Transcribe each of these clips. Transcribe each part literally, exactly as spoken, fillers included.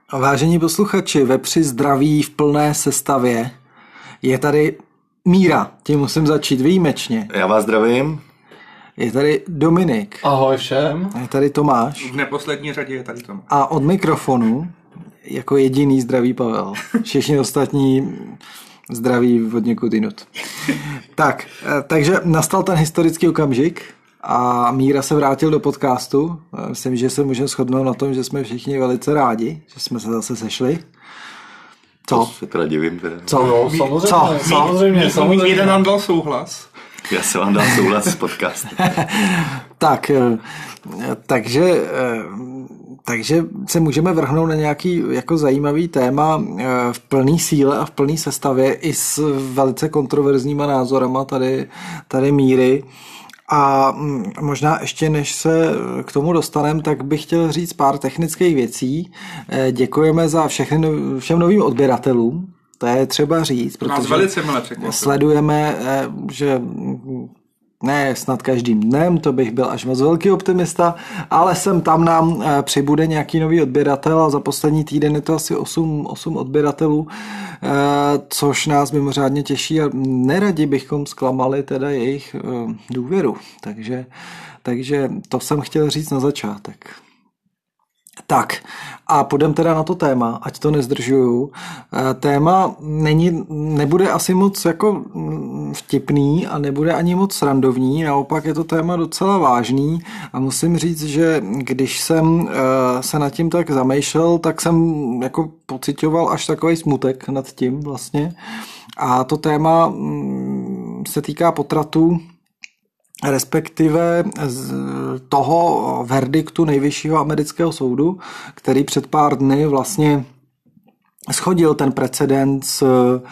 Vážení posluchači, vepři zdraví v plné sestavě. Je tady Míra, tím musím začít výjimečně. Já vás zdravím. Je tady Dominik. Ahoj všem. Je tady Tomáš. V neposlední řadě je tady Tomáš. A od mikrofonu jako jediný zdravý Pavel. Všichni ostatní zdraví od někud jinut. Tak, takže nastal ten historický okamžik a Míra se vrátil do podcastu. Myslím, že se můžeme shodnout na tom, že jsme všichni velice rádi, že jsme se zase sešli. Co? To se teda divím. Teda. Co? Jo, samozřejmě, Co? samozřejmě, samozřejmě. Jeden nám dal souhlas. Já se vám dám souhlas s podcastem. Tak, takže, takže se můžeme vrhnout na nějaký jako zajímavý téma v plný síle a v plný sestavě i s velice kontroverzníma názorama tady, tady Míry. A možná ještě než se k tomu dostaneme, tak bych chtěl říct pár technických věcí. Děkujeme za všechny, všem novým odběratelům. To je třeba říct, protože sledujeme, že ne snad každým dnem, to bych byl až moc velký optimista, ale sem tam nám přibude nějaký nový odběratel a za poslední týden je to asi osm, osm odběratelů, což nás mimořádně těší a neradi bychom zklamali teda jejich důvěru. Takže, takže to jsem chtěl říct na začátek. Tak a půjdeme teda na to téma, ať to nezdržuju. Téma není, nebude asi moc jako vtipný a nebude ani moc srandovní, naopak je to téma docela vážný a musím říct, že když jsem se nad tím tak zamýšlel, tak jsem jako pocitoval až takový smutek nad tím vlastně a to téma se týká potratů, respektive z toho verdiktu nejvyššího amerického soudu, který před pár dny vlastně shodil ten precedent z,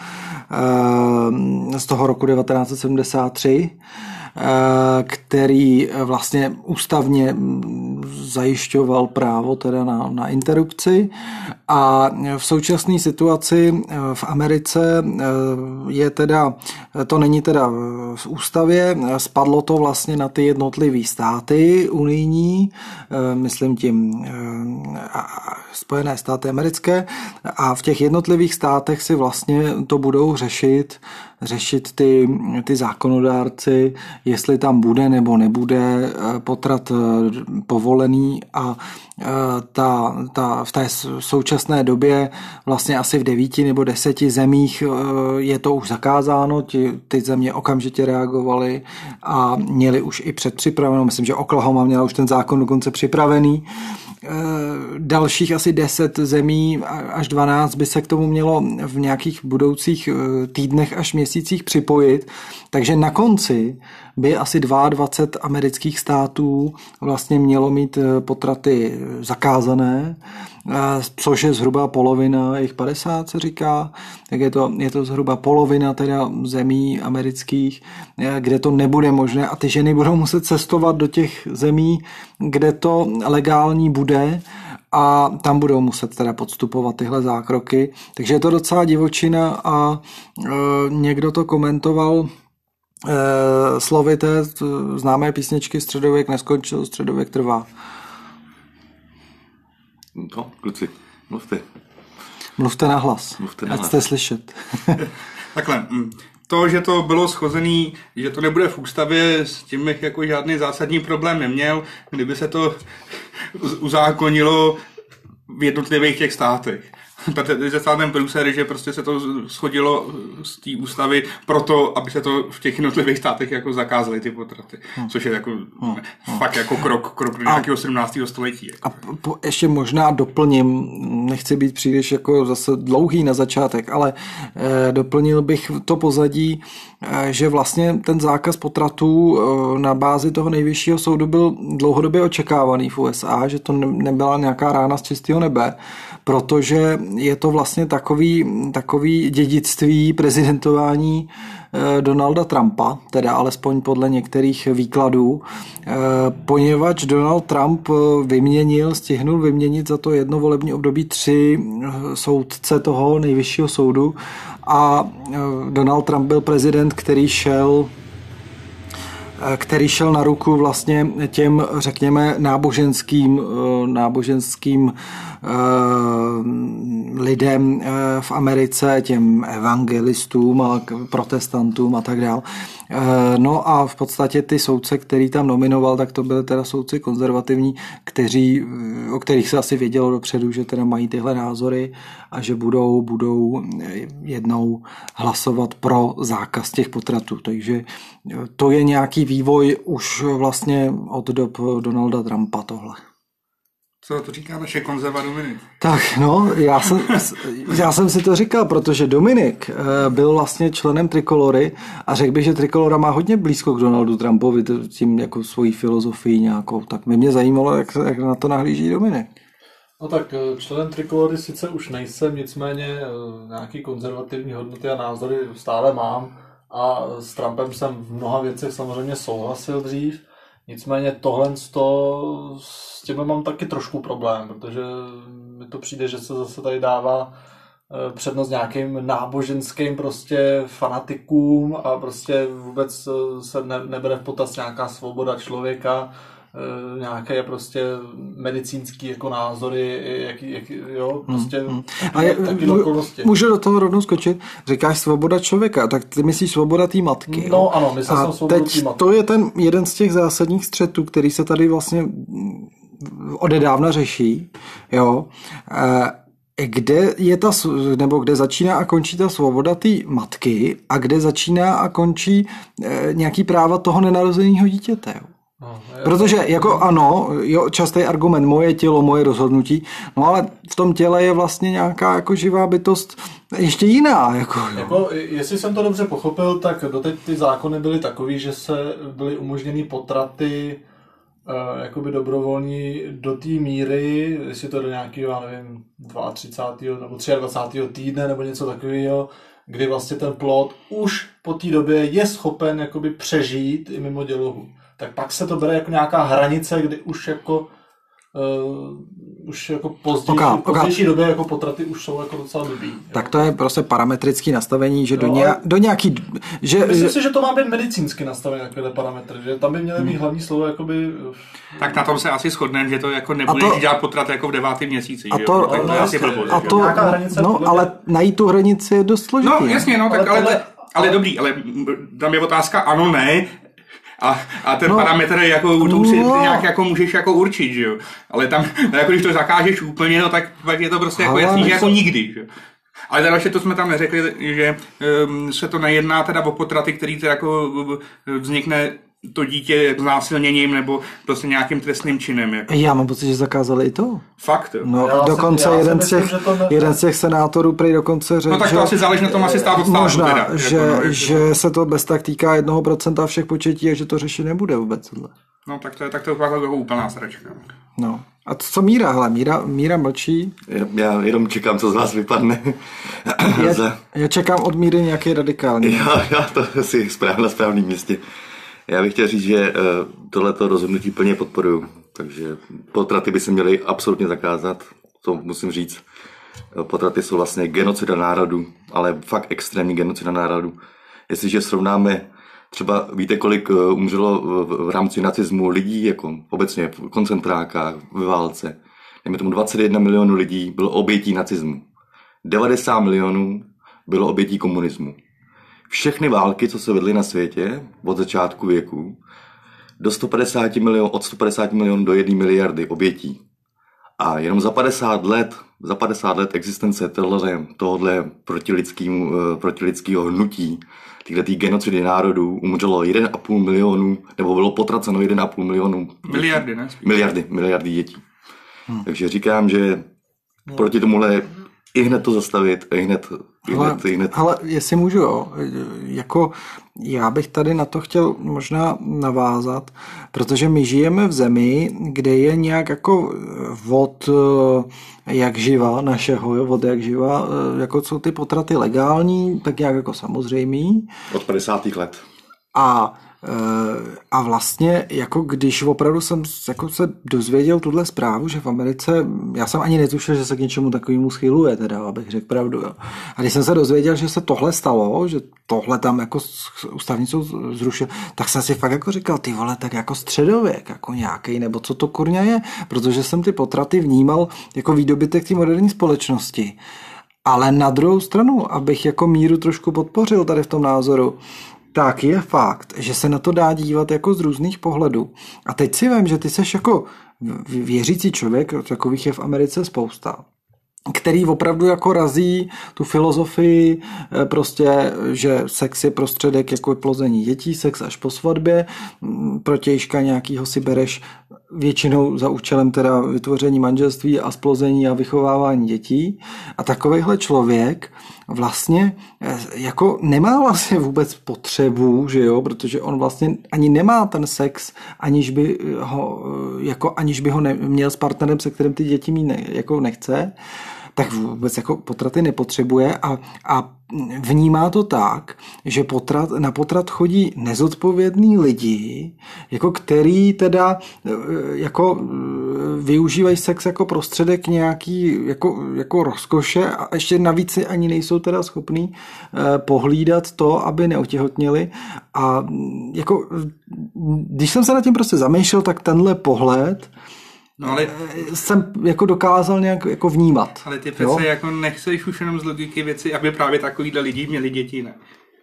z toho roku devatenáct set sedmdesát tři, který vlastně ústavně zajišťoval právo teda na, na interrupci a v současné situaci v Americe je teda, to není teda v ústavě, spadlo to vlastně na ty jednotlivé státy unijní, myslím tím Spojené státy americké a v těch jednotlivých státech si vlastně to budou řešit řešit ty, ty zákonodárci, jestli tam bude nebo nebude potrat povolený a ta, ta, v té současné době vlastně asi v devíti nebo deseti zemích je to už zakázáno, ty, ty země okamžitě reagovaly a měli už i předpřipravenou, myslím, že Oklahoma měla už ten zákon dokonce připravený. Dalších asi deset zemí až dvanáct by se k tomu mělo v nějakých budoucích týdnech až měsících připojit, takže na konci by asi dvacet dva amerických států vlastně mělo mít potraty zakázané, což je zhruba polovina, jich padesát se říká, tak je to, je to zhruba polovina teda zemí amerických, kde to nebude možné a ty ženy budou muset cestovat do těch zemí, kde to legální bude a tam budou muset teda podstupovat tyhle zákroky. Takže je to docela divočina a e, někdo to komentoval e, slovy té známé písničky Středověk neskončil, středověk trvá. No, kluci, mluvte. Mluvte nahlas, Mluvte ať nahlas. jste slyšet. Takhle, to, že to bylo shozený, že to nebude v ústavě, s tím bych jako žádný zásadní problém neměl, kdyby se to uzákonilo v jednotlivých těch státech. Protože se stál ten průser, že prostě se to shodilo z té ústavy proto, aby se to v těch jednotlivých státech jako zakázaly ty potraty. Hmm. Což je jako hmm. fakt jako krok, krok do nějakého sedmnáctého století. Jako. A po, ještě možná doplním, nechci být příliš jako zase dlouhý na začátek, ale eh, doplnil bych to pozadí, eh, že vlastně ten zákaz potratů eh, na bázi toho nejvyššího soudu byl dlouhodobě očekávaný v U S A, že to ne, nebyla nějaká rána z čistého nebe, protože je to vlastně takový, takový dědictví prezidentování Donalda Trumpa, teda alespoň podle některých výkladů, poněvadž Donald Trump vyměnil, stihnul vyměnit za to jedno volební období tři soudce toho nejvyššího soudu a Donald Trump byl prezident, který šel který šel na ruku vlastně těm, řekněme, náboženským, náboženským lidem v Americe, těm evangelistům a protestantům a tak dále. No a v podstatě ty soudce, který tam nominoval, tak to byly teda soudci konzervativní, kteří, o kterých se asi vědělo dopředu, že teda mají tyhle názory a že budou, budou jednou hlasovat pro zákaz těch potratů. Takže to je nějaký vývoj už vlastně od dob Donalda Trumpa tohle. Co to říká naše konzerva Dominik? Tak no, já jsem, já jsem si to říkal, protože Dominik byl vlastně členem Trikolory a řekl bych, že Trikolora má hodně blízko k Donaldu Trumpovi tím jako svojí filozofii nějakou. Tak by mě zajímalo, jak, jak na to nahlíží Dominik. No tak členem Trikolory sice už nejsem, nicméně nějaký konzervativní hodnoty a názory stále mám a s Trumpem jsem v mnoha věcech samozřejmě souhlasil dřív. Nicméně tohle s tím mám taky trošku problém, protože mi to přijde, že se zase tady dává přednost nějakým náboženským prostě fanatikům a prostě vůbec se ne, nebere v potaz nějaká svoboda člověka, nějaké prostě medicínský jako názory, jaký, jaký, jo, prostě hmm, hmm. A je, taky okolnosti. Můžu do toho rovnou skočit? Říkáš svoboda člověka, tak ty myslíš svoboda té matky. No jo? ano, myslel jsem svobodu té matky. To je ten jeden z těch zásadních střetů, který se tady vlastně odedávna řeší, jo. Kde je ta, nebo kde začíná a končí ta svoboda té matky a kde začíná a končí nějaký práva toho nenarozeného dítěte, jo. No, protože jako ano, jo, častý argument moje tělo, moje rozhodnutí, no ale v tom těle je vlastně nějaká jako živá bytost ještě jiná. Jako, jako, jestli jsem to dobře pochopil, tak doteď ty zákony byly takový, že se byly umožněny potraty uh, jakoby dobrovolní do té míry, jestli to do nějakého, já nevím, třicátého druhého nebo dvacátého třetího týdne nebo něco takového, kdy vlastně ten plod už po té době je schopen jakoby přežít i mimo dělohu. Tak pak se to bere jako nějaká hranice, kdy už jako uh, už jako pozdější, okay, pozdější okay. době jako potraty už jsou jako docela blbý. Tak to je prostě parametrické nastavení, že no, do, nějak, do nějaký... Že, myslím si, že to má být medicínsky nastavený takovýhle parametr, že tam by měly být hmm. hlavní slovo jakoby... Tak na tom se asi shodneme, že to jako nebudeš to, dělat potrat jako v devátém měsíci. A to, jo? Tak to je asi blbost. A to, no, ale najít tu hranici je dost složitý. No jasně, no, tak ale, ale, ale, ale dobrý, ale tam je otázka ano, ne... A, a ten no, parametr jako to si no. nějak jako můžeš jako určit, že jo. Ale tam, jako když to zakážeš úplně, no tak pak je to prostě jako jasný, že jako nikdy, že jo. Ale teda, že to jsme tam neřekli, že um, se to nejedná teda o potraty, který to jako vznikne to dítě znásilněním nebo prostě nějakým trestným činem. Jako. Já mám pocit, že zakázali i to. Fakt, jo. No, já dokonce jsem, jeden, myslím, z těch, jeden z těch senátorů prej dokonce řekl, no tak to že, asi záleží na tom asi stát od státu. Možná, teda, že, jako, no, že se to bez tak týká jednoho procenta všech početí a že to řešit nebude vůbec. No tak to je tak to je jako úplná sračka. No. A co Míra? Hele, Míra, Míra mlčí. Já jenom čekám, co z vás vypadne. já, já čekám od Míry nějaký radikální. Já, já to si správně na správném místě. Já bych chtěl říct, že tohleto rozhodnutí plně podporuju. Takže potraty by se měly absolutně zakázat. To musím říct. Potraty jsou vlastně genocida národů, ale fakt extrémní genocida národů. Jestliže srovnáme, třeba víte, kolik umřelo v, v rámci nacismu lidí, jako obecně v koncentrákách, ve válce. Dejme tomu dvacet jedna milionů lidí bylo obětí nacismu. devadesát milionů bylo obětí komunismu. Všechny války, co se vedly na světě od začátku věku, do sto padesát milionů, od sto padesát milionů do jedné miliardy obětí. A jenom za padesát let, za padesát let existence tohle, tohle protilidského hnutí, tyhle genocidy národů, umřelo jeden a půl milionu, nebo bylo potraceno jeden a půl milionu. Miliardy, ne? Miliardy, miliardy dětí. Hmm. Takže říkám, že proti tomuhle i hned to zastavit, i hned, i ale, hned, i hned. Ale jestli můžu, jo, jako já bych tady na to chtěl možná navázat, protože my žijeme v zemi, kde je nějak jako od jak živa našeho, jo, od jak živa, jako jsou ty potraty legální, tak nějak jako samozřejmý. Od padesátých let. A A vlastně, jako když opravdu jsem jako se dozvěděl tuhle zprávu, že v Americe, já jsem ani netušil, že se k něčemu takovému schyluje, teda, abych řekl pravdu. Jo. A když jsem se dozvěděl, že se tohle stalo, že tohle tam jako ústavní soud zrušil, tak jsem si fakt jako říkal, ty vole, tak jako středověk, jako nějaký, nebo co to kurňa je, protože jsem ty potraty vnímal jako výdobytek té moderní společnosti. Ale na druhou stranu, abych jako míru trošku podpořil tady v tom názoru, tak je fakt, že se na to dá dívat jako z různých pohledů. A teď si vem, že ty seš jako věřící člověk, takových je v Americe spousta, který opravdu jako razí tu filozofii prostě, že sex je prostředek jako plození dětí, sex až po svatbě, protějška nějakýho si bereš většinou za účelem teda vytvoření manželství a splození a vychovávání dětí. A takovejhle člověk vlastně jako nemá vlastně vůbec potřebu, že jo, protože on vlastně ani nemá ten sex, aniž by ho, jako, aniž by ho neměl s partnerem, se kterým ty děti mít ne, jako nechce, tak vůbec jako potraty nepotřebuje a, a vnímá to tak, že potrat, na potrat chodí nezodpovědní lidi, jako který teda jako využívají sex jako prostředek nějaký jako, jako rozkoše a ještě navíc si ani nejsou teda schopní pohlídat to, aby neotěhotněli. A jako když jsem se nad tím prostě zamýšlel, tak tenhle pohled No ale jsem jako dokázal nějak jako vnímat. Ale ty přece jako nechceš už jenom z logiky věci, aby právě takovýhle lidi měli děti, ne?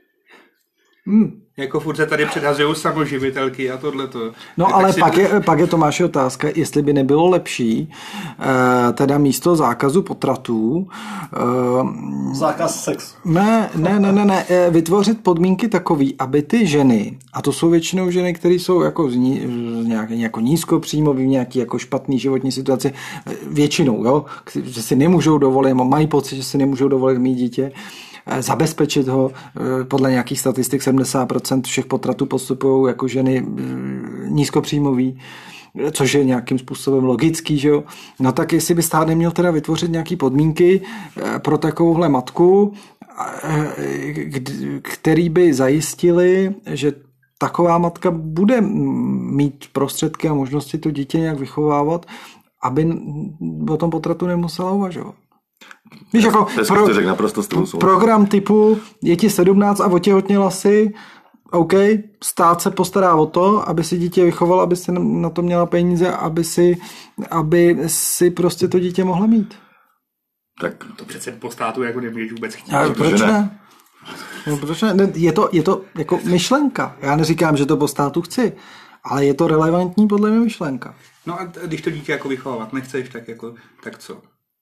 Hmm. Jako furt se tady předhazujou samoživitelky a tohleto. No ale pak, si... je, pak je Tomáši otázka, jestli by nebylo lepší eh, teda místo zákazu potratů eh, zákaz sexu. Ne, ne, ne, ne, ne, vytvořit podmínky takový, aby ty ženy, a to jsou většinou ženy, které jsou jako, z ní, nějak, jako nízkopříjmový v nějaký jako špatný životní situaci, většinou, jo, že si nemůžou dovolit, mají pocit, že si nemůžou dovolit mít dítě, zabezpečit ho, podle nějakých statistik sedmdesát procent všech potratů postupují jako ženy nízkopříjmový, což je nějakým způsobem logický, že jo? No tak jestli by stát neměl teda vytvořit nějaké podmínky pro takovouhle matku, který by zajistili, že taková matka bude mít prostředky a možnosti to dítě nějak vychovávat, aby o tom potratu nemusela uvažovat. Víš, jako pro, program typu je ti sedmnáct a otěhotněla si, OK, stát se postará o to, aby si dítě vychoval, aby si na to měla peníze, aby si, aby si prostě to dítě mohla mít. Tak to přece po státu jako nemůžeš vůbec chtít. Ale proč ne? No, proč ne? Je to, je to jako myšlenka. Já neříkám, že to po státu chci, ale je to relevantní podle mě myšlenka. No a když to dítě jako vychovávat nechceš, tak jako, tak co?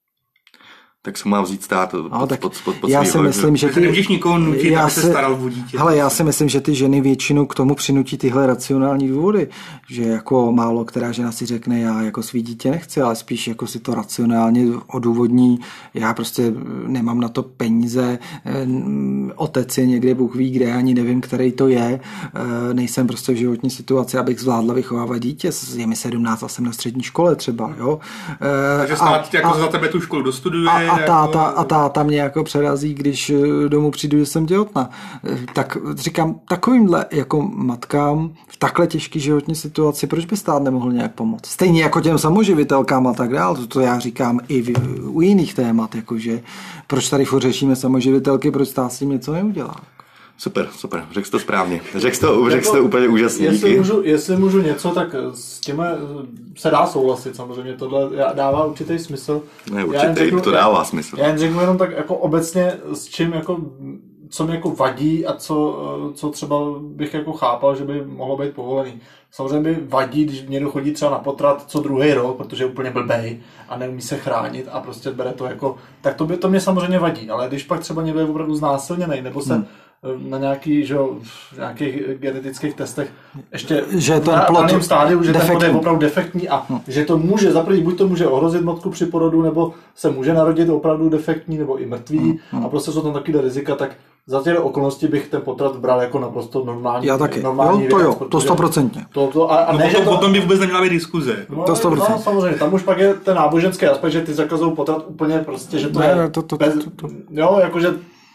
Tak se má vzít stát pod, no, tak pod, pod, pod já si myslím, že ty... Nemůžeš nikoho nutit, aby se staral o dítě. Hele, já si myslím, že ty ženy většinou k tomu přinutí tyhle racionální důvody, že jako málo která žena si řekne, já jako svý dítě nechci, ale spíš jako si to racionálně odůvodní, já prostě nemám na to peníze, otec je někde, Bůh ví kde, ani nevím, který to je, nejsem prostě v životní situaci, abych zvládla vychovávat dítě, je mi sedmnáct a jsem na střední škole třeba, jo. Takže stát a, jako a, za tebe tu školu dostuduje. A, a, táta, a táta mě jako přerazí, když domů přijdu, že jsem těhotná. Tak říkám, takovýmhle jako matkám v takhle těžké životní situaci, proč by stát nemohl nějak pomoct? Stejně jako těm samoživitelkám a tak dál, to, to já říkám i v, u jiných témat, jakože proč tady furt řešíme samoživitelky, proč stát s tím něco neudělá? Super, super, řekl jsi to správně. Řekl jsi to, řekl to úplně úžasně. Jestli můžu, jestli můžu něco, tak s těmi se dá souhlasit samozřejmě, tohle dává určitý smysl. Ne, určitý, řeknu, to dává já, smysl. Já jen řeknu jenom tak jako obecně, s čím jako, co mi jako vadí a co, co třeba bych jako chápal, že by mohlo být povolený. Samozřejmě by vadí, když někdo chodí třeba na potrat co druhý rok, protože je úplně blbej a neumí se chránit a prostě bere to jako, tak to by to mě samozřejmě vadí, ale když pak třeba někdo je opravdu znásilněný nebo se hmm. na nějaký, že, v nějakých genetických testech ještě že ten na daném stádiu, že defektní. Ten plod je opravdu defektní a hmm. že to může, zaprvé buď to může ohrozit matku při porodu, nebo se může narodit opravdu defektní, nebo i mrtvý hmm. a prostě jsou tam takové rizika, tak za těchto okolností bych ten potrat bral jako naprosto normální. Já taky, normální jo, to věc, jo, to stoprocentně. To, to, a, a no, ne, potom, to, potom by vůbec neměla být diskuze. No, to sto procent. No, samozřejmě, tam už pak je ten náboženský aspekt, že ty zakazují potrat úplně prostě, že to ne, je ne, to, to, bez, to, to, to. jo, jakože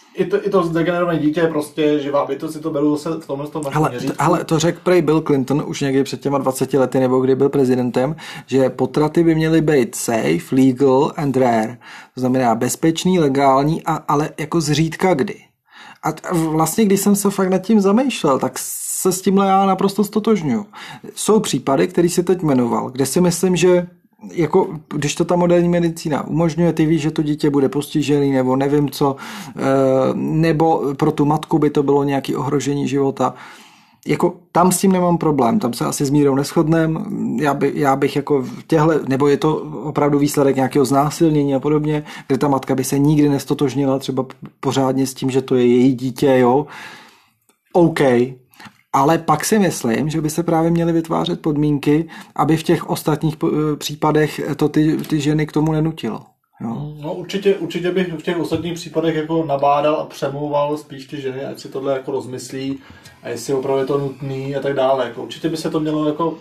I to, i to zdegenerované dítě je prostě živá bytost, si to beru se v tomhle tom ale, ale to řekl prej Bill Clinton už někdy před těma dvaceti lety, nebo kdy byl prezidentem, že potraty by měly být safe, legal and rare. To znamená bezpečný, legální, a, ale jako zřídka kdy. A vlastně, když jsem se fakt nad tím zamýšlel, tak se s tímhle já naprosto stotožňuju. Jsou případy, který si teď jmenoval, kde si myslím, že jako, když to ta moderní medicína umožňuje, ty víš, že to dítě bude postižený, nebo nevím co, nebo pro tu matku by to bylo nějaké ohrožení života. Jako, tam s tím nemám problém, tam se asi s Mírou neshodneme, já, by, já bych jako v těhle, nebo je to opravdu výsledek nějakého znásilnění a podobně, kde ta matka by se nikdy nestotožnila třeba pořádně s tím, že to je její dítě, jo, OK. Ale pak si myslím, že by se právě měly vytvářet podmínky, aby v těch ostatních případech to ty, ty ženy k tomu nenutilo. Jo. No určitě, určitě bych v těch ostatních případech jako nabádal a přemlouval spíš ty ženy, ať si tohle jako rozmyslí a jestli opravdu je to nutný a tak dále. Jako určitě by se to mělo jako,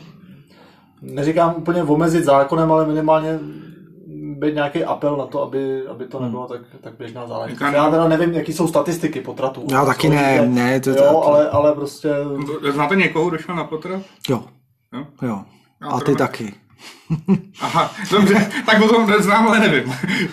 neříkám úplně omezit zákonem, ale minimálně být nějaký apel na to, aby, aby to nebylo tak, tak běžná záležitost. Já teda nevím, jaký jsou statistiky potratů. Já taky ne, ne. To, jo, to, ale, ale prostě... Znáte někoho, kdo šel na potrat? Jo. Jo. jo. A ty taky. Aha, dobře, tak o tom znám, ale nevím.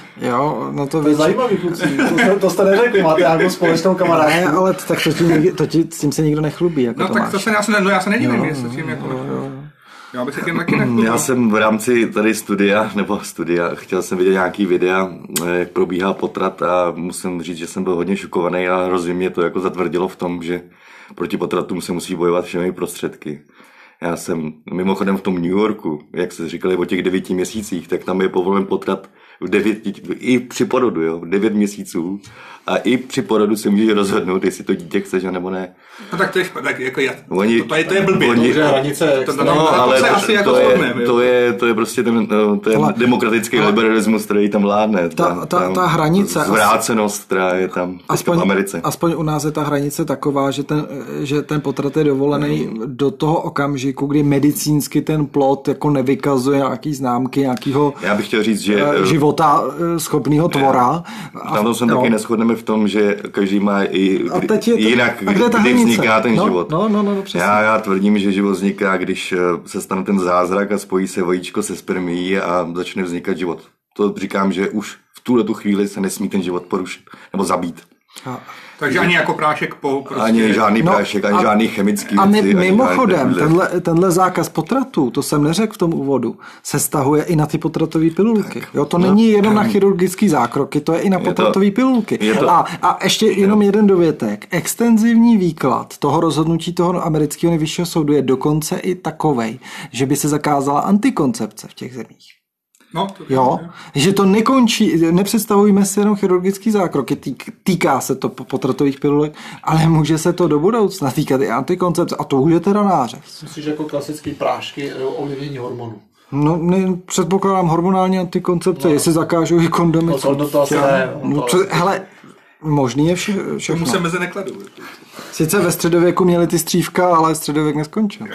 Jo, no to, to je zajímavý, kluci, to jste, to jste neřekli, máte nějakou společnou kamarádku. Ne, ale tak to, ti, to ti, s tím se nikdo nechlubí. Jako no to tak máš. to se, já se, no, já se nedivím, jestli s tím jako nechlubí. Já, bych se tím taky nechlubí. Já jsem v rámci tady studia, nebo studia, chtěl jsem vidět nějaký videa, jak probíhá potrat a musím říct, že jsem byl hodně šokovaný a hrozně mě to jako zatvrdilo v tom, že proti potratům se musí bojovat všemi prostředky. Já jsem mimochodem v tom New Yorku, jak se říkali o těch devíti měsících, tak tam je povolen potrat v devět, i při porodu, jo, devět měsíců. A i při porodu si můžeš rozhodnout, jestli to dítě chceš, nebo ne. No tak to je špatně, jako já, oni, to, to, je, to je blbě, oni, to, hranice, to, to, no, to, ale to, to, asi to, jako to, je, shodneme, to, je, to je prostě ten, to je ale, demokratický ale, liberalismus, který tam vládne. Ta, ta, ta, ta hranice. Zvrácenost, která je tam aspoň, v Americe. Aspoň u nás je ta hranice taková, že ten, že ten potrat je dovolený no. do toho okamžiku, kdy medicínsky ten plod jako nevykazuje nějaký známky nějakého Já bych chtěl říct, že života schopného tvora. Na tom se taky neshodneme v tom, že každý má i je, jinak, kdy vzniká ten no, život. No, no, no, no, já, já tvrdím, že život vzniká, když se stane ten zázrak a spojí se vajíčko se spermií a začne vznikat život. To říkám, že už v tuhletu chvíli se nesmí ten život porušit nebo zabít. A, takže ani jako prášek po... Prostě... Ani žádný no, prášek, ani a, žádný chemický a věci. A mimochodem, ani tenhle, tenhle zákaz potratů, to jsem neřekl v tom úvodu, se stahuje i na ty potratové pilulky. Tak, jo, to no, není jenom na chirurgické zákroky, to je i na potratové pilulky. To... A, a ještě jenom jeden dovětek. Extenzivní výklad toho rozhodnutí toho amerického nejvyššího soudu je dokonce i takovej, že by se zakázala antikoncepce v těch zemích. No, to jo, je. Že to nekončí, nepředstavujeme si jenom chirurgický zákroky, týk, týká se to potratových pilulek, ale může se to do budoucna týkat i antikoncepce a to už je teda nářez. Myslíš jako klasický prášky ovlivnění hormonů? No, ne, předpokládám hormonální antikoncepce, no. Jestli zakážou i kondomy. No, kondom to asi ne. No, to, hele, možný je vše, všechno. Tomu se mezi nekladou. Sice ve středověku měli ty střívka, ale středověk neskončil.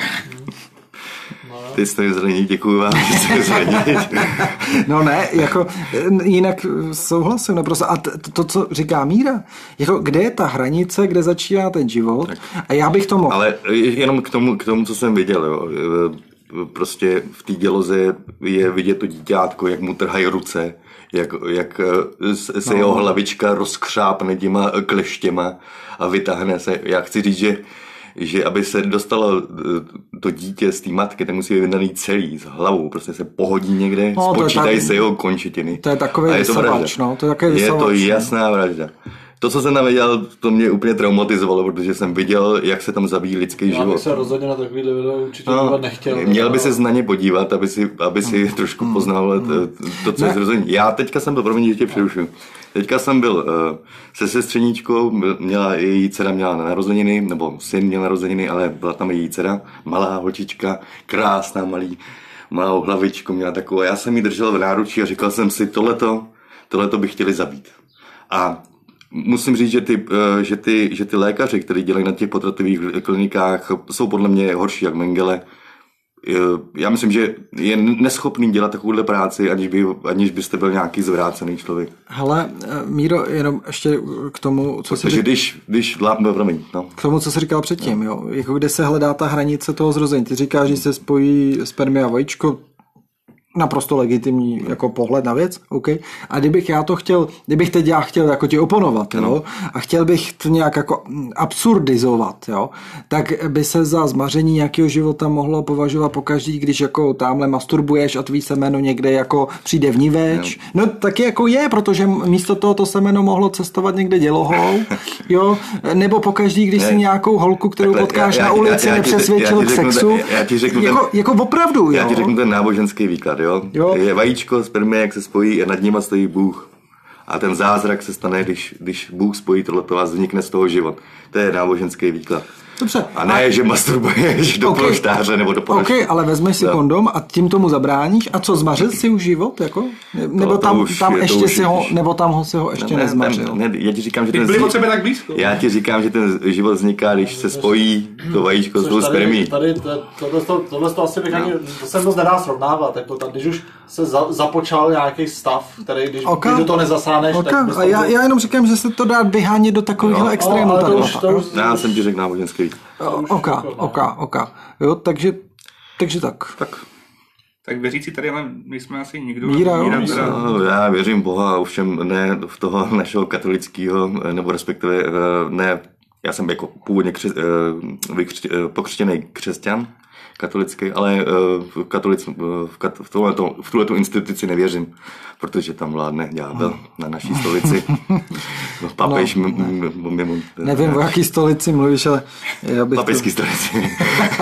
Ty jste zranění, děkuju vám, že jste zranění. No ne, jako jinak souhlasím, no prostě. A to, to, co říká Míra, jako kde je ta hranice, kde začíná ten život tak. A já bych to mohl. Ale jenom k tomu, k tomu, co jsem viděl, jo. Prostě v té děloze je vidět to díťátko, jak mu trhají ruce, jak, jak se no. jeho hlavička rozkřápne těma kleštěma a vytáhne se. Já chci říct, že že aby se dostalo to dítě z té matky, tak musí být vydaný celý s hlavou, prostě se pohodí někde, no, spočítají tak, se jeho končetiny. To je takový vysavač, no, to je takový vysavač. Je to jasná vražda. To, co jsem tam viděl, to mě úplně traumatizovalo, protože jsem viděl, jak se tam zabíjí lidský Já život. Já bych se rozhodně na takovýhle video určitě no, nechtěl. Měl by se na ně podívat, aby si, aby si hmm. trošku hmm. poznal hmm. to, co je zrození. Já teďka jsem byl, promiň, že tě přerušuju. Teďka jsem byl uh, se sestřeničkou, měla, její dcera měla narozeniny, nebo syn měl narozeniny, ale byla tam její dcera, malá holčička, krásná, malý, malou hlavičku měla takovou. Já jsem jí držel v náručí a říkal jsem si, tohleto, tohleto by chtěli zabít. A musím říct, že ty, že ty, že ty lékaři, kteří dělají na těch potratových klinikách, jsou podle mě horší jak Mengele. já myslím, že je neschopný dělat takovouhle práci, aniž, by, aniž byste byl nějaký zvrácený člověk. Hele, Míro, jenom ještě k tomu, co Protože jsi... když, když vládme, promiň, no. K tomu, co jsi říkal předtím, jo. Jako kde se hledá ta hranice toho zrození. Ty říkáš, že se spojí spermie a vajíčko, naprosto legitimní jako pohled na věc, OK. A kdybych já to chtěl, kdybych teď já chtěl jako ti oponovat, jo, a chtěl bych to nějak jako absurdizovat, jo, tak by se za zmaření nějakého života mohlo považovat pokaždý, když jako tamhle masturbuješ a tvý semeno někde jako přijde vniveč. No taky jako je, protože místo toho to semeno mohlo cestovat někde dělohou, jo, nebo pokaždý, když ne. si nějakou holku, kterou takhle, potkáš já, já, na ulici, já, já, nepřesvědčil k sexu. Ten, já ti řeknu jako, ten, jako opravdu, jo. Já ti řeknu ten náboženský výklad. Jo? Jo. Je vajíčko, spermie, jak se spojí a nad nima stojí Bůh. A ten zázrak se stane, když, když Bůh spojí tohleto a vznikne z toho život. To je náboženský výklad. Dobře. A ne, a... že masturbuješ do okay. polštáře nebo do polštáře. OK, ale vezmeš si no. kondom a tím tomu zabráníš. A co, zmařil si už život? Jako? Nebo, to, tam, to už, tam ještě si ho, nebo tam ho si ho ještě ne, nezmařil? Ne, ne, já ti říkám, že ten, byli od sebe tak blízko. Já ti říkám, že ten život vzniká, když se spojí to vajíčko s tou spermí. Tady, tady tohle, to, tohle to asi bych no. ani, to se moc nedá srovnávat. Jako tam, když už se za, započal nějaký stav, který když, okay. když do toho nezasáhneš, okay. tak... A já, já jenom říkám, že se to dá vyhánět do takovýchhle no, extrémů. Já jsem ti řekl náboženský. OK, OK, OK. Jo, takže, takže tak. Tak. Tak věřící tady, ale my jsme asi nikdo. Míra, Míra, míra. No, já věřím Boha, ovšem ne v toho našeho katolického, nebo respektive ne, já jsem jako původně křes, vykř, pokřtěný křesťan, katolický, ale v, katolic, v, kat, v, tohleto, v tuhletu instituci nevěřím, protože tam vládne ďábel na naší stolici. Papež no, m- mimo... Nevím, o jaký stolici mluvíš, ale... Papejský to... stolici.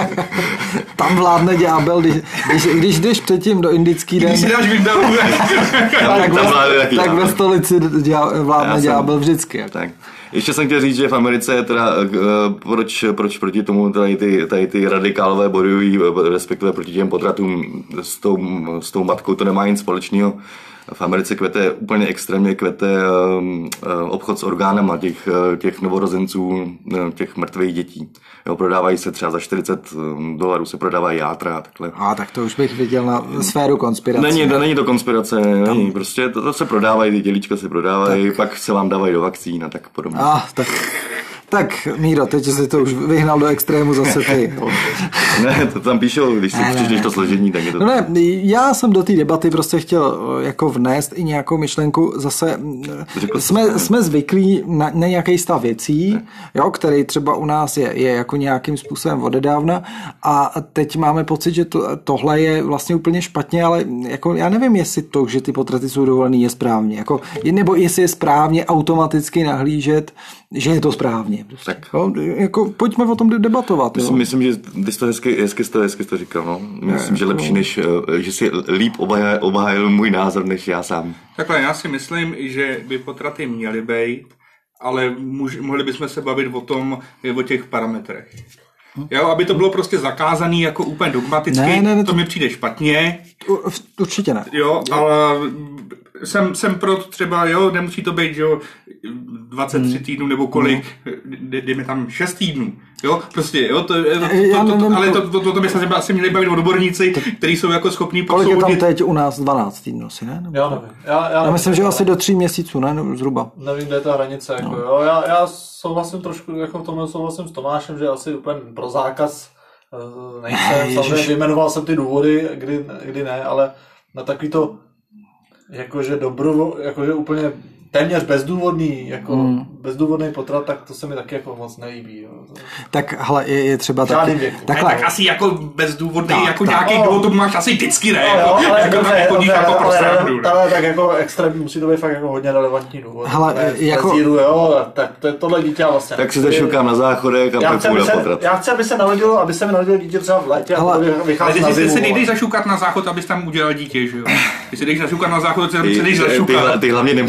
Tam vládne ďábel, když, když, když jdeš předtím do indický den... Když si dáš vyndalu. tak, ve, tak ve stolici vládne ďábel vždycky. Tak. Ještě jsem chtěl říct, že v Americe je teda, proč, proč proti tomu tady ty, tady ty radikálové bojují, respektive proti těm potratům s tou, s tou matkou, to nemá nic společného. V Americe kvete, úplně extrémně kvete obchod s orgánama těch, těch novorozenců, těch mrtvých dětí. Jo, prodávají se třeba za čtyřicet dolarů, se prodávají játra a takhle. A tak to už bych viděl na sféru konspirace. Není to, není to konspirace, není, prostě to, to se prodávají, ty dělíčka se prodávají, tak. Pak se vám dávají do vakcín a tak podobně. Ah, tak... Tak, Míro, teď jsi to už vyhnal do extrému zase ty. Ne, to tam píšou, když si přečteš to složení, tak je to... No ne, já jsem do té debaty prostě chtěl jako vnést i nějakou myšlenku. Zase jsme, jsme zvyklí na, na nějaký stav věcí, jo, který třeba u nás je, je jako nějakým způsobem odedávna a teď máme pocit, že to, tohle je vlastně úplně špatně, ale jako já nevím, jestli to, že ty potraty jsou dovolený, je správně. Jako, nebo jestli je správně automaticky nahlížet, že je to správně. Prostě. Tak. Jo, jako, pojďme o tom debatovat. Myslím, myslím že ty jsi to hezky, hezky, jsi to, hezky jsi to říkal. No. Myslím, ne, že lepší, než, že si líp obhájil můj názor, než já sám. Takhle, já si myslím, že by potraty měly být, ale muž, mohli bychom se bavit o tom, o těch parametrech. Jo, aby to bylo prostě zakázaný jako úplně dogmaticky, ne, ne, ne, to, to mi přijde špatně. Určitě ne. Jo, ale jsem, jsem pro třeba, jo, nemusí to být, jo, dvacet tři hmm. týdnů nebo kolik, hmm. dejme tam šest týdnů. Jo, prostě, jo, to, to, to, to, to, ale to, to, to, to by se asi měli bavit odborníci, kteří jsou jako schopní posoudit. Kolik je tam teď u nás dvanáct týdnů, si ne? Já nevím. Já, já, já myslím, že asi do tří měsíců, ne? Zhruba. Nevím, kde je ta hranice. Jako, no. jo. Já, já souhlasím trošku, jako v tomhle souhlasím s Tomášem, že asi úplně pro zákaz nejsem. Samozřejmě vyjmenoval jsem ty důvody, kdy, kdy ne, ale na takový to jakože dobro, jakože úplně téměř bezdůvodný, jako hmm. bezdůvodný potrat, tak to se mi taky jako moc nelíbí. Jo. Tak hele, je, je třeba taky... Takhle. Tak asi jako bezdůvodný, tak, jako tak, nějaký důvod, to máš asi vždycky, ne? No, jako, jo, ale, jako, jako, jako, ale, jako ale, prostě ale, ale, ale tak jako extrémní, musí to být fakt jako hodně relevantní důvod. Hele, ne, jako... Zíru, jo, tak to, tohle dítě vlastně... Tak si zašukám na záchodech a pak půjde potrat. Já chci, aby se narodilo, aby se mi narodilo dítě třeba v létě a to vychází na zimu. Ty si nejdeš zašukat na záchod, abys tam udělal dítě, že jo? Ty si jdeš zašukat na záchod, ty jdeš zašukat. Ty hlavně nemáš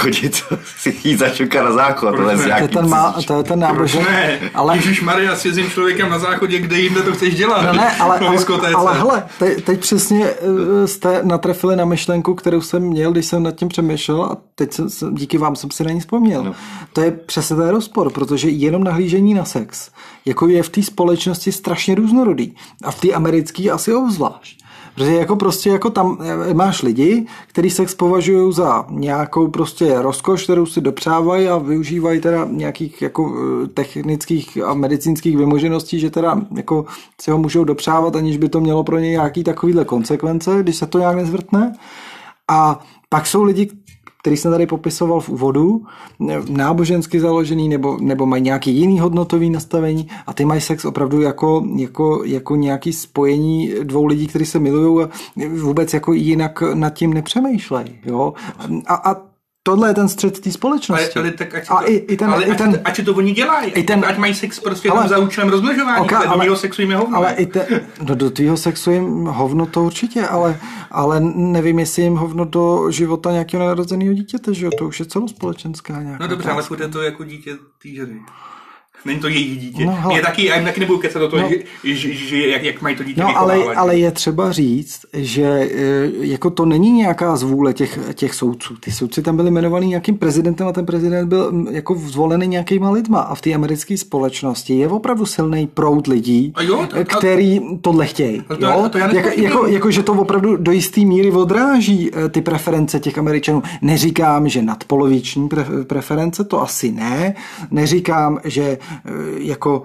chodit si jít za čuka na záchod. To je ten, má, to je ten nábožen. Ale... Ježišmarja, s jedním člověkem na záchodě, kde jinde to chceš dělat? No ne, ale, ale, ale hele, te, teď přesně jste natrefili na myšlenku, kterou jsem měl, když jsem nad tím přemýšlel a teď jsem, díky vám jsem si na ní vzpomněl. No. To je přesně ten rozpor, protože jenom nahlížení na sex jako je v té společnosti strašně různorodý a v té americké asi obzvlášť. Protože jako prostě jako tam máš lidi, kteří sex považují za nějakou prostě rozkoš, kterou si dopřávají a využívají teda nějakých jako technických a medicínských vymožeností, že teda jako si ho můžou dopřávat, aniž by to mělo pro ně nějaký takovýhle konsekvence, když se to nějak nezvrtne. A pak jsou lidi, který jsem tady popisoval v úvodu, nábožensky založený nebo, nebo mají nějaký jiný hodnotový nastavení a ty mají sex opravdu jako, jako, jako nějaký spojení dvou lidí, kteří se milují a vůbec jako jinak nad tím nepřemýšlejí. Jo? A, a tohle je ten střed té společnosti. Ale, ale tak ať a to, i, i ten, ale i ten, ať, ať to oni dělají. I ten, ať mají sex prostě ale, za účelem rozmnožování, okay, ale do mýho sexu jim je hovno. Ale i te, do, do tvýho sexu jim hovno to určitě, ale, ale nevím, jestli jim hovno do života nějakého narozeného dítěte, že jo? To už je celospolečenská nějaká. No dobře, ale furt je to jako dítě té ženy. Není to jejich dítě. No, Mě taky, já jim taky nebudu kecat do toho, no, že, že, že jak, jak mají to dítě no, vychovávat. Ale, ale je třeba říct, že jako to není nějaká zvůle těch, těch soudců. Ty soudci tam byli jmenovaný nějakým prezidentem a ten prezident byl jako zvolený nějakýma lidma. A v té americké společnosti je opravdu silný proud lidí, jo, to, který tohle chtějí. To, jo? To jak, jako, jako, že to opravdu do jisté míry odráží ty preference těch Američanů. Neříkám, že nadpoloviční preference, to asi ne. Neříkám, že jako,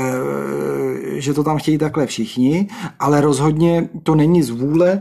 že to tam chtějí takhle všichni, ale rozhodně to není z vůle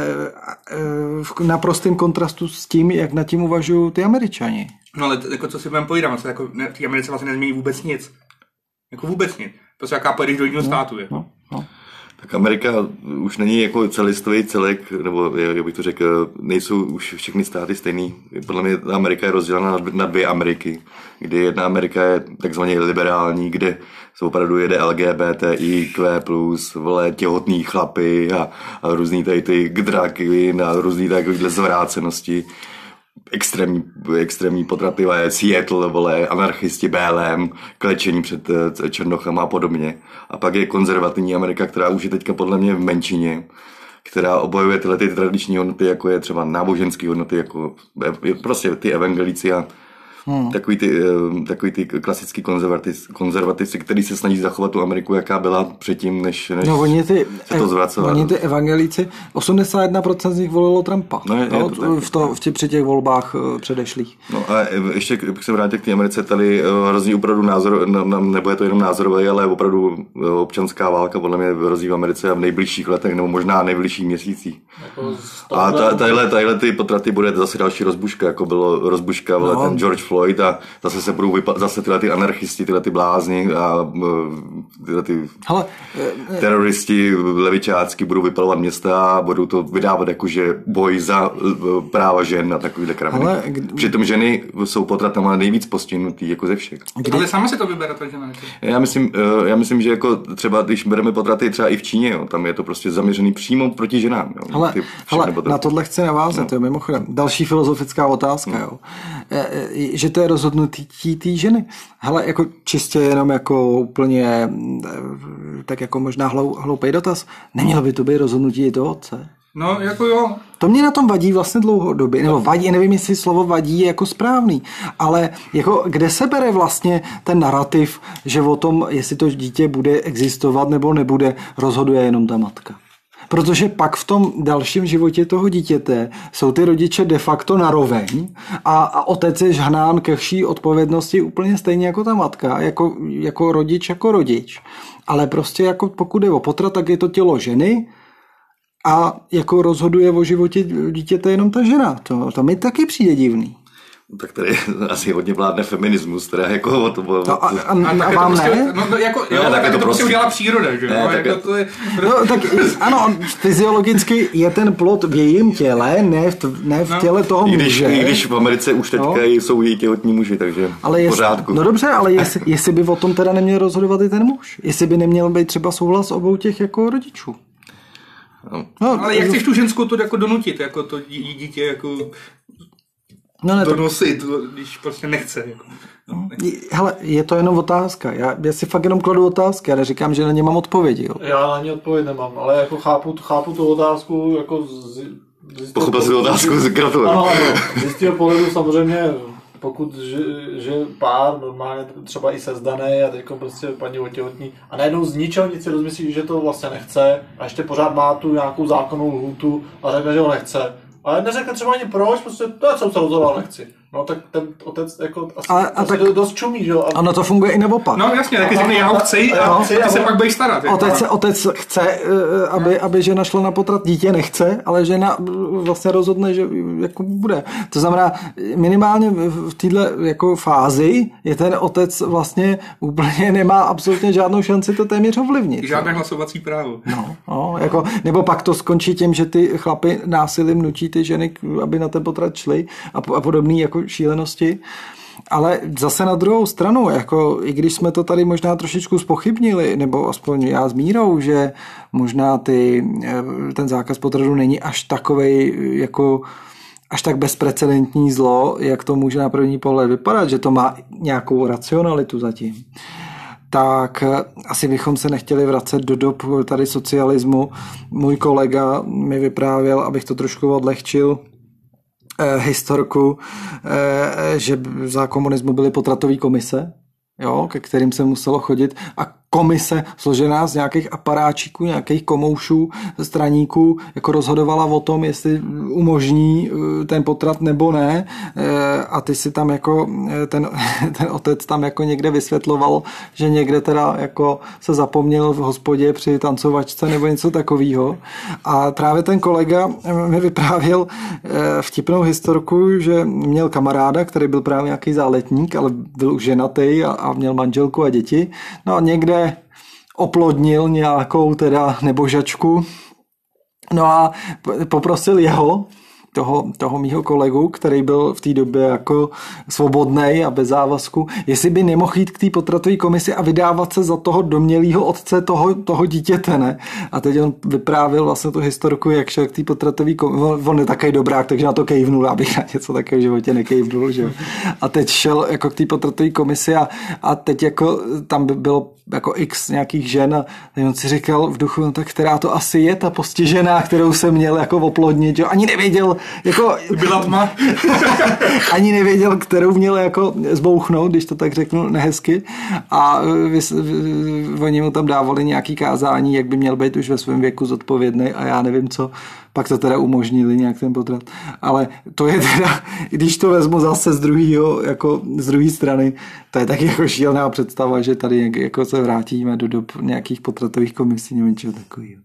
v naprostém kontrastu s tím, jak nad tím uvažují ty Američani. No ale jako co si budeme povídat, co jako v té Americe vlastně nezmění vůbec nic. Jako vůbec nic. Prostě jaká pojedeš do jiného státu je. No, no. Tak Amerika už není jako celistvý celek, nebo jak bych to řekl, nejsou už všechny státy stejný. Podle mě Amerika je rozdělena na dvě Ameriky, kdy jedna Amerika je takzvaně liberální, kde se opravdu jede L G B T I Q plus, vole, těhotný chlapy a, a různý tady ty draky a různý takovýhle zvrácenosti. Extrémní, extrémní potraty, Seattle, vole, anarchisti, B L M, klečení před černochama a podobně. A pak je konzervativní Amerika, která už je teďka podle mě v menšině, která obojuje tyhle ty tradiční hodnoty, jako je třeba náboženské hodnoty, jako prostě ty evangelíci a Hmm. Takový ty, takový ty klasický konzervativci, kteří se snaží zachovat tu Ameriku, jaká byla předtím, než, než no, oni ty, se to zvracelo. Oni ty evangelíci, osmdesát jedna procent z nich volilo Trumpa. No, je, no, je to v to, v tě, při těch volbách předešlých. No a ještě, bych se vrátil k té Americe, tady hrozí opravdu názor, nebo je to jenom názorový, ale opravdu občanská válka podle mě hrozí v Americe a v nejbližších letech, nebo možná nejbližších měsících. Jako a ta, tadyhle, tadyhle ty potraty bude zase další rozbuška, jako bylo rozbuška, no. Ten George Floyd a zase se budou vypa- zase tyhle ty anarchisti, tyhle ty blázni a tyhle ty Hele, teroristi levičácky budou vypalovat města a budou to vydávat jakože boj za práva žen a takovýhle kraviny. Ale kdy... Přitom ženy jsou potratama nejvíc postihnutý jako ze všech. Kdy... Ale sama se to vybere ta žena. Já myslím, já myslím, že jako třeba když bereme potraty třeba i v Číně, jo, tam je to prostě zaměřený přímo proti ženám. Jo, hele, hele, na tohle chci navázat, no. Jo, mimochodem. Další filozofická otázka, no. Jo. Že to je rozhodnutí té ženy. Hele, jako čistě jenom jako úplně tak jako možná hlou, hloupej dotaz. Nemělo by to být rozhodnutí i toho otce? No, jako jo. To mě na tom vadí vlastně dlouhodobě. Nebo vadí, nevím, jestli slovo vadí je jako správný, ale jako kde se bere vlastně ten narrativ, že o tom, jestli to dítě bude existovat nebo nebude, rozhoduje jenom ta matka. Protože pak v tom dalším životě toho dítěte jsou ty rodiče de facto naroveň a, a otec je žhnán ke vší odpovědnosti úplně stejně jako ta matka, jako, jako rodič, jako rodič. Ale prostě jako pokud je o potrat, tak je to tělo ženy a jako rozhoduje o životě dítěte jenom ta žena. To, to mi taky přijde divný. Tak tady asi hodně vládne feminismus, teda jako o to... O, no, a, a, a, a vám prostě, ne? No, no jako, jo, no, tak je to to prostě udělala příroda, že ne, no, tak, jako to je... No, tak ano, fyziologicky je ten plod v jejím těle, ne v, ne v těle toho muže. I když, i když v Americe už teďka no. jsou její těhotní muži, takže ale v pořádku. No dobře, ale jestli, jestli by o tom teda neměl rozhodovat i ten muž? Jestli by neměl být třeba souhlas obou těch jako rodičů? No, no, ale jak chceš tu ženskou to jako donutit, jako to dítě, jako... no ne, donosit, tak... když prostě nechce. Jako. No, hele, je to jenom otázka. Já, já si fakt jenom kladu otázky, já neříkám, že na ně mám odpovědi. Jo. Já na ně odpověď nemám, ale jako chápu, chápu tu otázku, jako z, z pochopil si otázku, gratuluju. Ano, ano, z toho pohledu samozřejmě, pokud že, že pár normálně třeba i sezdaný a teď prostě paní otěhotní a najednou z ničeho nic si rozmyslí, že to vlastně nechce a ještě pořád má tu nějakou zákonnou lhůtu a řekne, že ho nechce. Ale neřekne třeba ani proč, prostě to je, jsem se rozhodl, nechci. No tak ten otec jako asi, a, a asi tak, dost čumí, že jo? A... Ano, to funguje i naopak. No jasně, taky řekne, já ho chci a, a, a ty se pak budeš starat. Otec, se, otec chce, aby, aby žena šla na potrat, dítě nechce, ale žena vlastně rozhodne, že jako bude. To znamená, minimálně v této jako fázi je ten otec vlastně úplně nemá absolutně žádnou šanci to téměř ovlivnit. Žádné hlasovací právo. No, no, jako, nebo pak to skončí tím, že ty chlapy násilím nutí ty ženy, aby na ten potrat šly a, a podobný jako šílenosti. Ale zase na druhou stranu, jako i když jsme to tady možná trošičku zpochybnili, nebo aspoň já s Mírou, že možná ty, ten zákaz potratu není až takovej jako až tak bezprecedentní zlo, jak to může na první pohled vypadat, že to má nějakou racionalitu zatím, tak asi bychom se nechtěli vracet do dob tady socialismu. Můj kolega mi vyprávěl, abych to trošku odlehčil, eh, historku, eh, že za komunismu byly potratové komise, jo, ke kterým se muselo chodit a komise složená z nějakých aparáčiků, nějakých komoušů, straníků, jako rozhodovala o tom, jestli umožní ten potrat nebo ne. A ty si tam jako, ten, ten otec tam jako někde vysvětloval, že někde teda jako se zapomněl v hospodě při tancovačce nebo něco takového. A právě ten kolega mi vyprávěl vtipnou historku, že měl kamaráda, který byl právě nějaký záletník, ale byl už ženatý a, a měl manželku a děti. No a někde oplodnil nějakou teda nebožačku. No a poprosil jeho, toho, toho mýho kolegu, který byl v té době jako svobodnej a bez závazku, jestli by nemohl jít k té potratové komisi a vydávat se za toho domnělého otce toho, toho dítěte, ne? A teď on vyprávěl vlastně tu historku, jak šel k té potratové komisi. On, on je takový dobrák, takže na to kejvnul, abych na něco takového v životě nekejvnul, že? A teď šel jako k té potratové komisi a, a teď jako tam by bylo jako x nějakých žen a on si říkal v duchu, no tak která to asi je ta postižená, kterou jsem měl jako oplodnit, jo? Ani nevěděl, jako... Byla tma. Ani nevěděl, kterou měl jako zbouchnout, když to tak řeknu nehezky. A vys, oni mu tam dávali nějaký kázání, jak by měl být už ve svém věku zodpovědný a já nevím co. Pak to teda umožnili nějak ten potrat. Ale to je teda, když to vezmu zase z druhého, jako z druhé strany, to je taky jako šílená představa, že tady jako se vrátíme do dob nějakých potratových komisí nebo něčeho takového.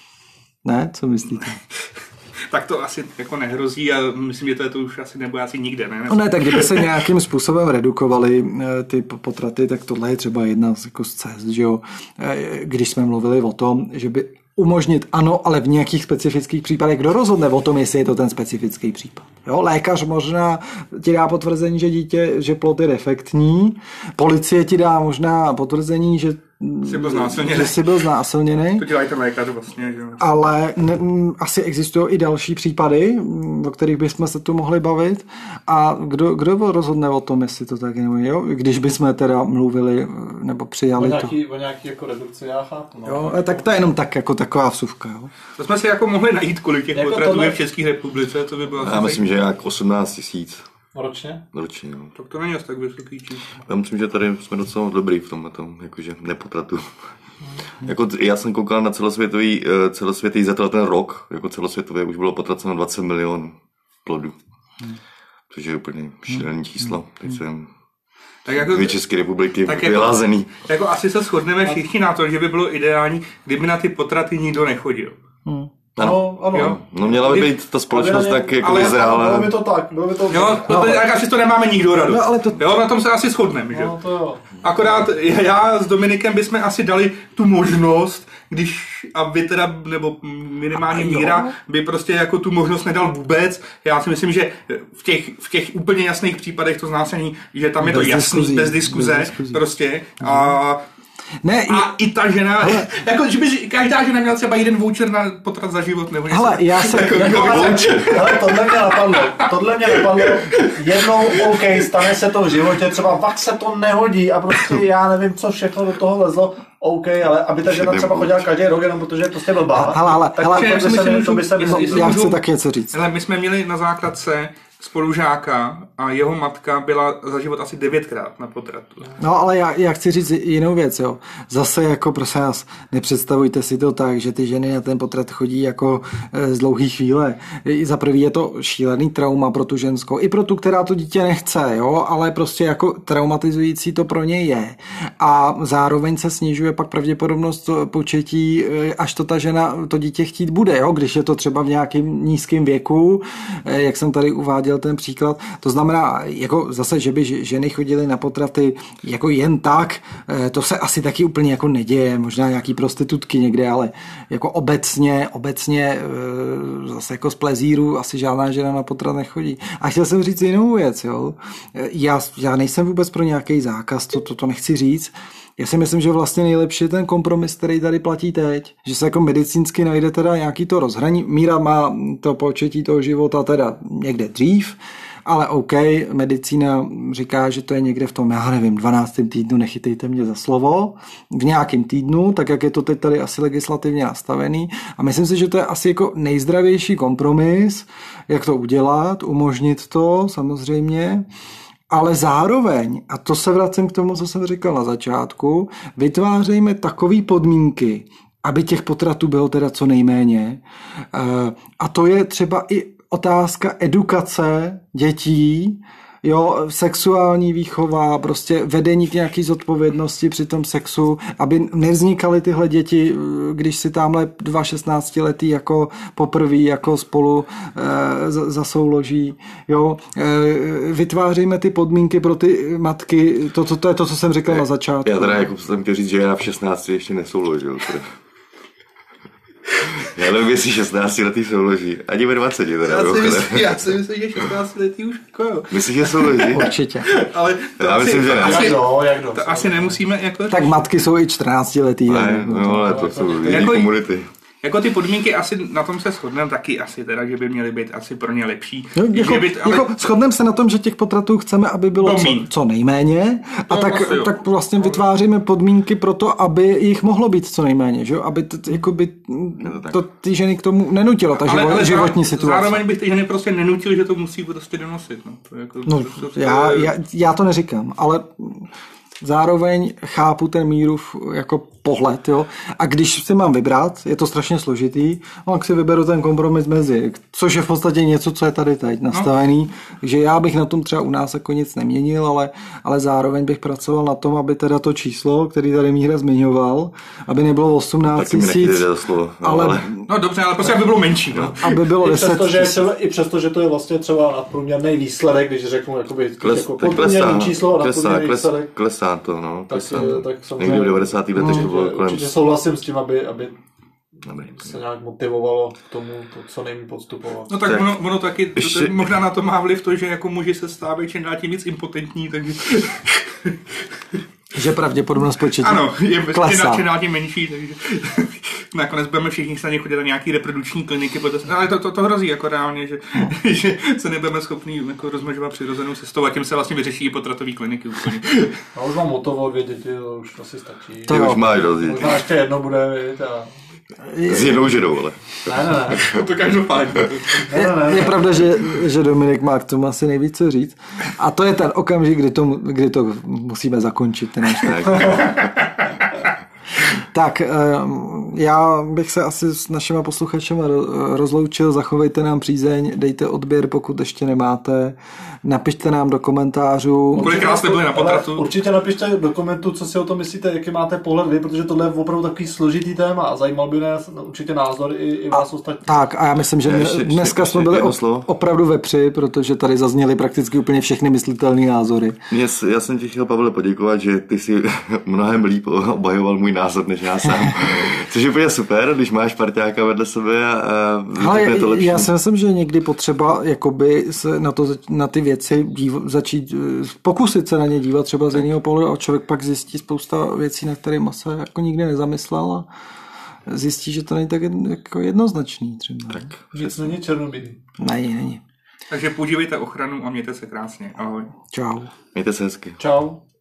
Ne? Co myslíte? Tak to asi jako nehrozí a myslím, že to je to už asi nebo asi nikde, ne? No ne, tak kdyby se nějakým způsobem redukovaly ty potraty, tak tohle je třeba jedna z, jako z cest, že jo? Když jsme mluvili o tom, že by umožnit ano, ale v nějakých specifických případech, kdo rozhodne o tom, jestli je to ten specifický případ. Jo? Lékař možná ti dá potvrzení, že dítě, že plod je defektní, policie ti dá možná potvrzení, že jsi byl znásilněný. Že jsi byl znásilněný. To dělají ten lékař vlastně. Že? Ale ne, asi existují i další případy, o kterých bychom se tu mohli bavit. A kdo, kdo rozhodne o tom, jestli to tak je, nebo jo? Když bychom teda mluvili nebo přijali o nějaký, to. O nějaký jako redukci, já chápu. No. Jo, tak to je jenom tak, jako taková vsuvka. Jo? To jsme si jako mohli najít, kolik těch jako potratů je v České republice. To by bylo já myslím, že jak osmnáct tisíc. Ročně? Ročně, jo. Tak to není asi tak vysoký číslo. Já myslím, že tady jsme docela dobrý v tomhle tom, jakože nepotratu. Hmm. Jako, já jsem koukal na celosvětový, celosvětový za ten rok, jako celosvětově už bylo potraceno dvacet milionů plodů. Hmm. Což je úplně šílený číslo. Teď jsem tak jako, dvě České republiky tak vylázený. Jako, jako asi se shodneme všichni na to, že by bylo ideální, kdyby na ty potraty nikdo nechodil. Hmm. Ano, ano. Jo. No měla by být ta společnost ale, tak jako vyzrála. Bylo by to tak, bylo by to jo, tak. No, no, tak asi to nemáme nikdo radost. No, ale to... Jo, na tom se asi shodneme, že? No, to jo. Akorát já s Dominikem bychom asi dali tu možnost, když, a vy teda, nebo minimálně Míra, by prostě jako tu možnost nedal vůbec. Já si myslím, že v těch, v těch úplně jasných případech to znásilnění, že tam je to bez jasný, diskuzí. bez diskuze, bez diskuzí. Prostě. A Ne, a i, i ta žena, hele, jako, že by každá žena měla třeba jeden voucher na potrat za život, nebo něco. Hele, já jsem... Jako, hele, tohle mě napadlo, tohle mě napadlo, jednou, OK, stane se to v životě, třeba fakt se to nehodí a prostě já nevím, co všechno do toho lezlo, OK, ale aby ta žena třeba chodila každý rok, jenom protože je prostě blbá, hele, hele, tak hele, to, by se, to by se... No, já chci taky něco říct. Hele, my jsme měli na základce spolužáka a jeho matka byla za život asi devětkrát na potratu. No, ale já, já chci říct jinou věc, jo. Zase jako, prosím vás, nepředstavujte si to tak, že ty ženy na ten potrat chodí jako e, z dlouhý chvíle. Za prvý je to šílený trauma pro tu ženskou, i pro tu, která to dítě nechce, jo, ale prostě jako traumatizující to pro ně je. A zároveň se snižuje pak pravděpodobnost početí, až to ta žena, to dítě chtít bude, jo, když je to třeba v nějakém nízkém věku, e, jak jsem tady uváděl ten příklad. To znamená, jako zase, že by ženy chodily na potraty jako jen tak, to se asi taky úplně jako neděje, možná nějaký prostitutky někde, ale jako obecně, obecně zase jako z plezíru asi žádná žena na potrat nechodí. A chtěl jsem říct jinou věc, jo. Já, já nejsem vůbec pro nějaký zákaz, to, to, to nechci říct. Já si myslím, že vlastně nejlepší je ten kompromis, který tady platí teď. Že se jako medicínsky najde teda nějaký to rozhraní. Míra má to početí toho života teda někde dřív, ale OK, medicína říká, že to je někde v tom, já nevím, dvanáctém týdnu, nechytejte mě za slovo, v nějakém týdnu, tak jak je to teď tady asi legislativně nastavený. A myslím si, že to je asi jako nejzdravější kompromis, jak to udělat, umožnit to samozřejmě. Ale zároveň, a to se vracím k tomu, co jsem říkal na začátku, vytvářejme takové podmínky, aby těch potratů bylo teda co nejméně. A to je třeba i otázka edukace dětí, jo, sexuální výchova, prostě vedení k nějaký zodpovědnosti při tom sexu, aby nevznikaly tyhle děti, když si tamhle dva šestnáctiletí jako poprví jako spolu e, zasouloží, jo, e, vytvářejme ty podmínky pro ty matky, to, to, to je to, co jsem říkal na začátku. Já teda jako jsem chtěl říct, že já v šestnácti ještě nesouložil. Já nevím, jestli šestnáctiletý souloží. Ani ve dvaceti teda. Já si myslím, já si myslím, že šestnáctiletý už jako jo. Myslíš, že souloží? Určitě. Ale to já asi, myslím, že ne. Asi, jak no, jak no, to asi nemusíme jako... Tak matky jsou i čtrnáctiletý. Ne, no, ale to jsou jiné jako, komunity. Jako ty podmínky asi na tom se shodneme taky asi teda, že by měly být asi pro ně lepší. No, jako, by, ale... jako shodneme se na tom, že těch potratů chceme, aby bylo co, co nejméně a no, tak, tak vlastně vytváříme podmínky pro to, aby jich mohlo být co nejméně, že? Aby to, jako by, to ty ženy k tomu nenutilo, ta ale, ale životní zá, situace. Zároveň bych ty ženy prostě nenutil, že to musí prostě donosit. No, to jako, no to, to, to, já, já, já to neříkám, ale zároveň chápu ten Mírův jako pohled, jo. A když si mám vybrat, je to strašně složitý, tak si vyberu ten kompromis mezi, což je v podstatě něco, co je tady teď nastavený, no. Takže já bych na tom třeba u nás jako nic neměnil, ale, ale zároveň bych pracoval na tom, aby teda to číslo, který tady Míra zmiňoval, aby nebylo osmnáct tisíc, no, ale, ale... No dobře, ale prostě aby bylo menší. No. Aby bylo I deset přesto, že je, I přesto, že to je vlastně třeba nadprůměrný výsledek, když řeknu jakoby, Kles, jako podprůměrný číslo a nadprůměrný výsledek. Klesá to, no. Klesá tak, to. tak někdy v devadesátých letech to bylo kolem... Určitě souhlasím s tím, aby, aby se nějak motivovalo k tomu, to, co nejmí podstupovat. No tak, tak. Ono, ono taky, Ještě... to, možná na to má vliv to, že jako muži se stávají čím dál tím víc impotentní, takže... Že pravděpodobnost početí ano, je klesá. čím dál tím menší, takže nakonec budeme všichni snadně chodit na nějaký reprodukční kliniky, protože, ale to, to, to hrozí jako reálně, že, že se nebudeme schopni jako rozmnožovat přirozenou cestou a tím se vlastně vyřeší i potratové kliniky úplně. A už mám hotovo, dvě děti, to už asi stačí. To už máš dost děti. Možná ještě jedno bude, vidět, a... S jednou ženou, ale. Ne, ne, ne. To každopádně. Je, je pravda, že, že Dominik má k tomu asi nejvíc co říct. A to je ten okamžik, kdy to, kdy to musíme zakončit. Ten tak, já bych se asi s našima posluchačema rozloučil, zachovejte nám přízeň, dejte odběr, pokud ještě nemáte, napište nám do komentářů. Kolikrát jste byli na potratu? Určitě napište do komentů, co si o tom myslíte, jaký máte pohled vy, protože tohle je opravdu takový složitý téma a zajímal by nás určitě názor i, i vás ostatní. Tak a já myslím, že ještě, dneska ještě, jsme byli o, opravdu vepři, protože tady zazněly prakticky úplně všechny myslitelné názory. Mě, já jsem ti chtěl, Pavle, poděkovat, že ty si mnohem líp obhajoval můj názor, než možná sám. Což je úplně super, když máš parťáka vedle sebe a, a ale to lepší. Já si myslím, že je někdy potřeba jakoby se na, to, na ty věci dívat, začít pokusit se na ně dívat třeba z jiného pohledu a člověk pak zjistí spousta věcí, na kterými se jako nikdy nezamyslel a zjistí, že to není tak jako jednoznačný třeba. Tak, nic není černobílý. Není, není. Takže používejte ochranu a mějte se krásně. Ahoj. Čau. Mějte se hezky. Čau.